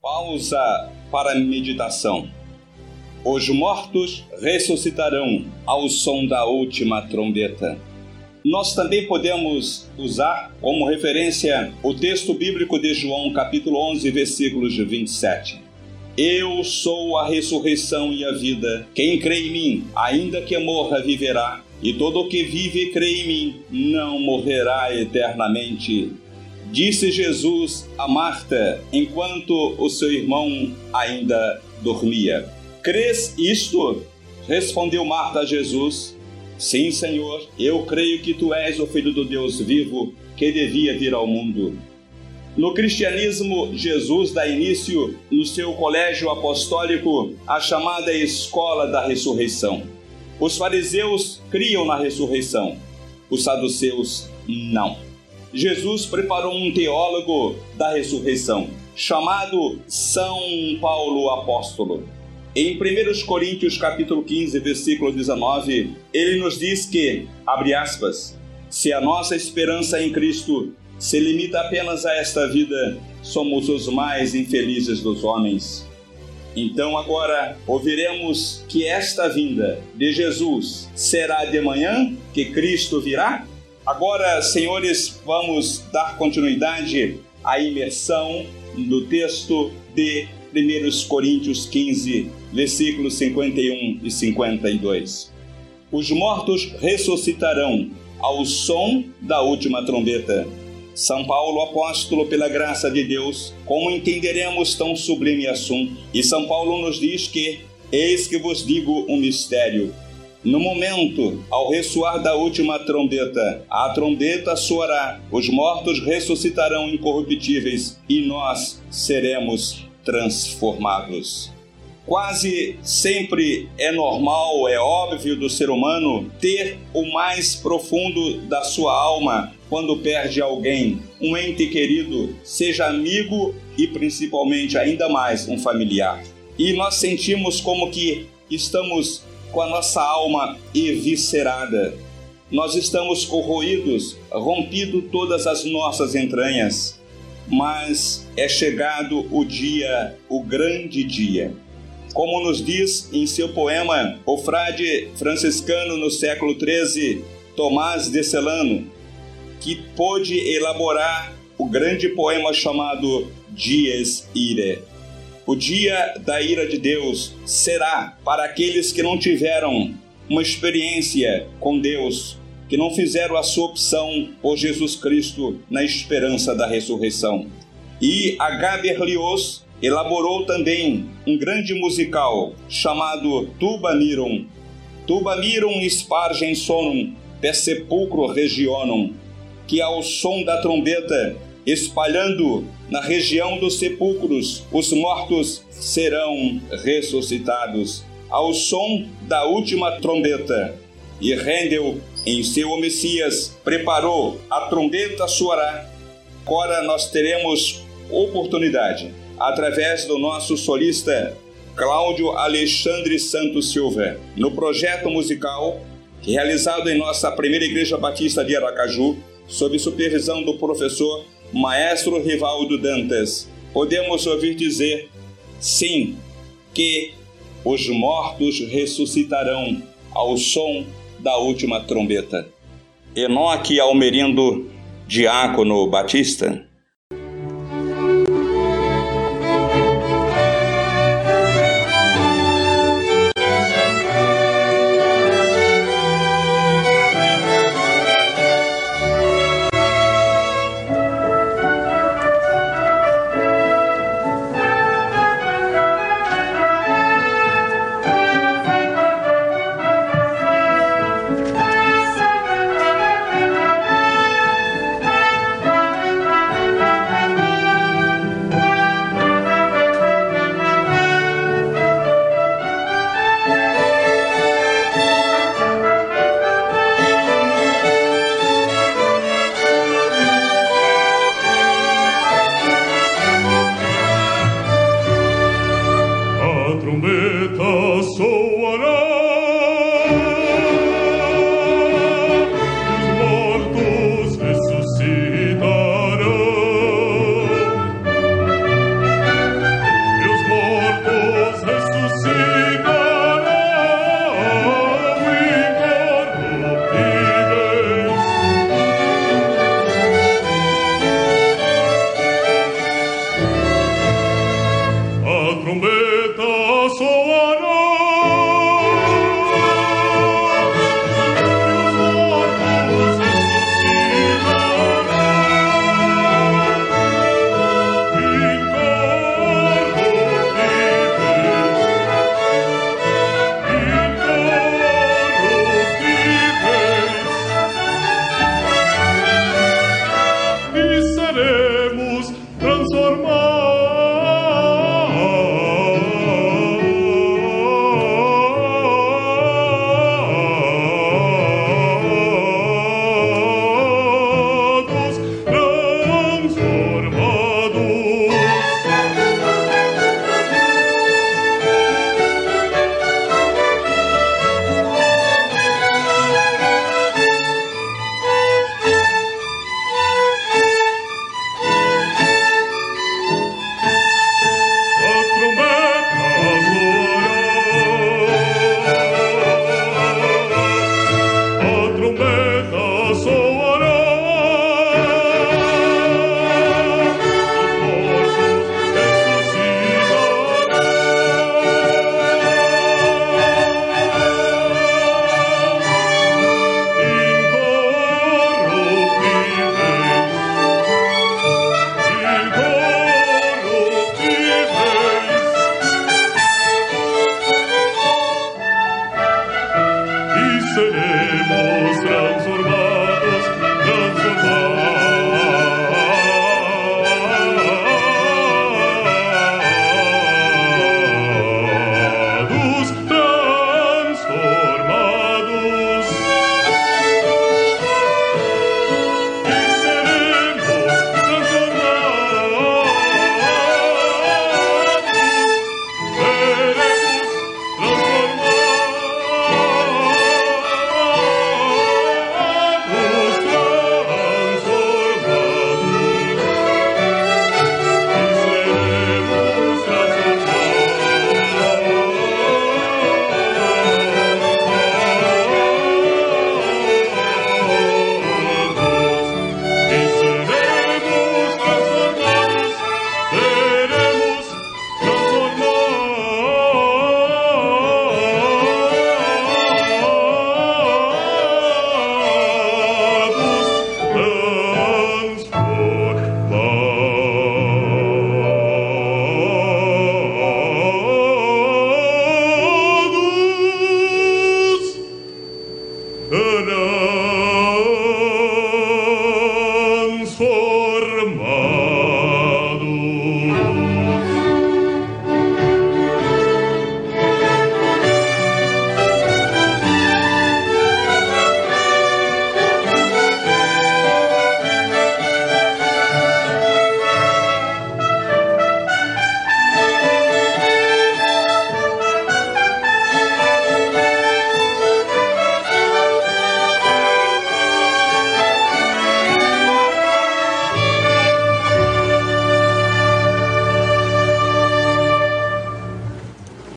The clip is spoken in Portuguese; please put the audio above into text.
Pausa para meditação. Os mortos ressuscitarão ao som da última trombeta. Nós também podemos usar como referência o texto bíblico de João, capítulo 11, versículos 27. Eu sou a ressurreição e a vida. Quem crê em mim, ainda que morra, viverá. E todo o que vive e crê em mim, não morrerá eternamente. Disse Jesus a Marta, enquanto o seu irmão ainda dormia. Crês isto? Respondeu Marta a Jesus. Sim, Senhor, eu creio que tu és o Filho do Deus vivo, que devia vir ao mundo. No cristianismo, Jesus dá início, no seu colégio apostólico, à chamada Escola da Ressurreição. Os fariseus criam na ressurreição, os saduceus não. Jesus preparou um teólogo da ressurreição, chamado São Paulo Apóstolo. Em 1 Coríntios capítulo 15, versículo 19, ele nos diz que, abre aspas, se a nossa esperança em Cristo se limita apenas a esta vida, somos os mais infelizes dos homens. Então agora ouviremos que esta vinda de Jesus será de manhã, que Cristo virá? Agora, senhores, vamos dar continuidade à imersão do texto de 1 Coríntios 15, versículos 51 e 52. Os mortos ressuscitarão ao som da última trombeta. São Paulo, apóstolo pela graça de Deus, como entenderemos tão sublime assunto? E São Paulo nos diz que, eis que vos digo um mistério. No momento, ao ressoar da última trombeta, a trombeta soará, os mortos ressuscitarão incorruptíveis e nós seremos transformados. Quase sempre é normal, é óbvio do ser humano ter o mais profundo da sua alma quando perde alguém, um ente querido, seja amigo e principalmente ainda mais um familiar. E nós sentimos como que estamos com a nossa alma eviscerada. Nós estamos corroídos, rompido todas as nossas entranhas. Mas é chegado o dia, o grande dia. Como nos diz em seu poema o frade franciscano no século XIII, Tomás de Celano, que pôde elaborar o grande poema chamado Dies Irae. O dia da ira de Deus será para aqueles que não tiveram uma experiência com Deus, que não fizeram a sua opção por Jesus Cristo na esperança da ressurreição. E H. Berlioz elaborou também um grande musical chamado Tuba Mirum. Tuba mirum spargem sonum per sepulcro regionum, que ao som da trombeta, espalhando na região dos sepulcros, os mortos serão ressuscitados. Ao som da última trombeta, e Handel, em seu Messias, preparou, a trombeta soará. Agora nós teremos oportunidade, através do nosso solista Cláudio Alexandre Santos Silva, no projeto musical realizado em nossa primeira Igreja Batista de Aracaju, sob supervisão do professor Maestro Rivaldo Dantas, podemos ouvir dizer, sim, que os mortos ressuscitarão ao som da última trombeta. Enoque Almerindo, diácono batista. trombeta soa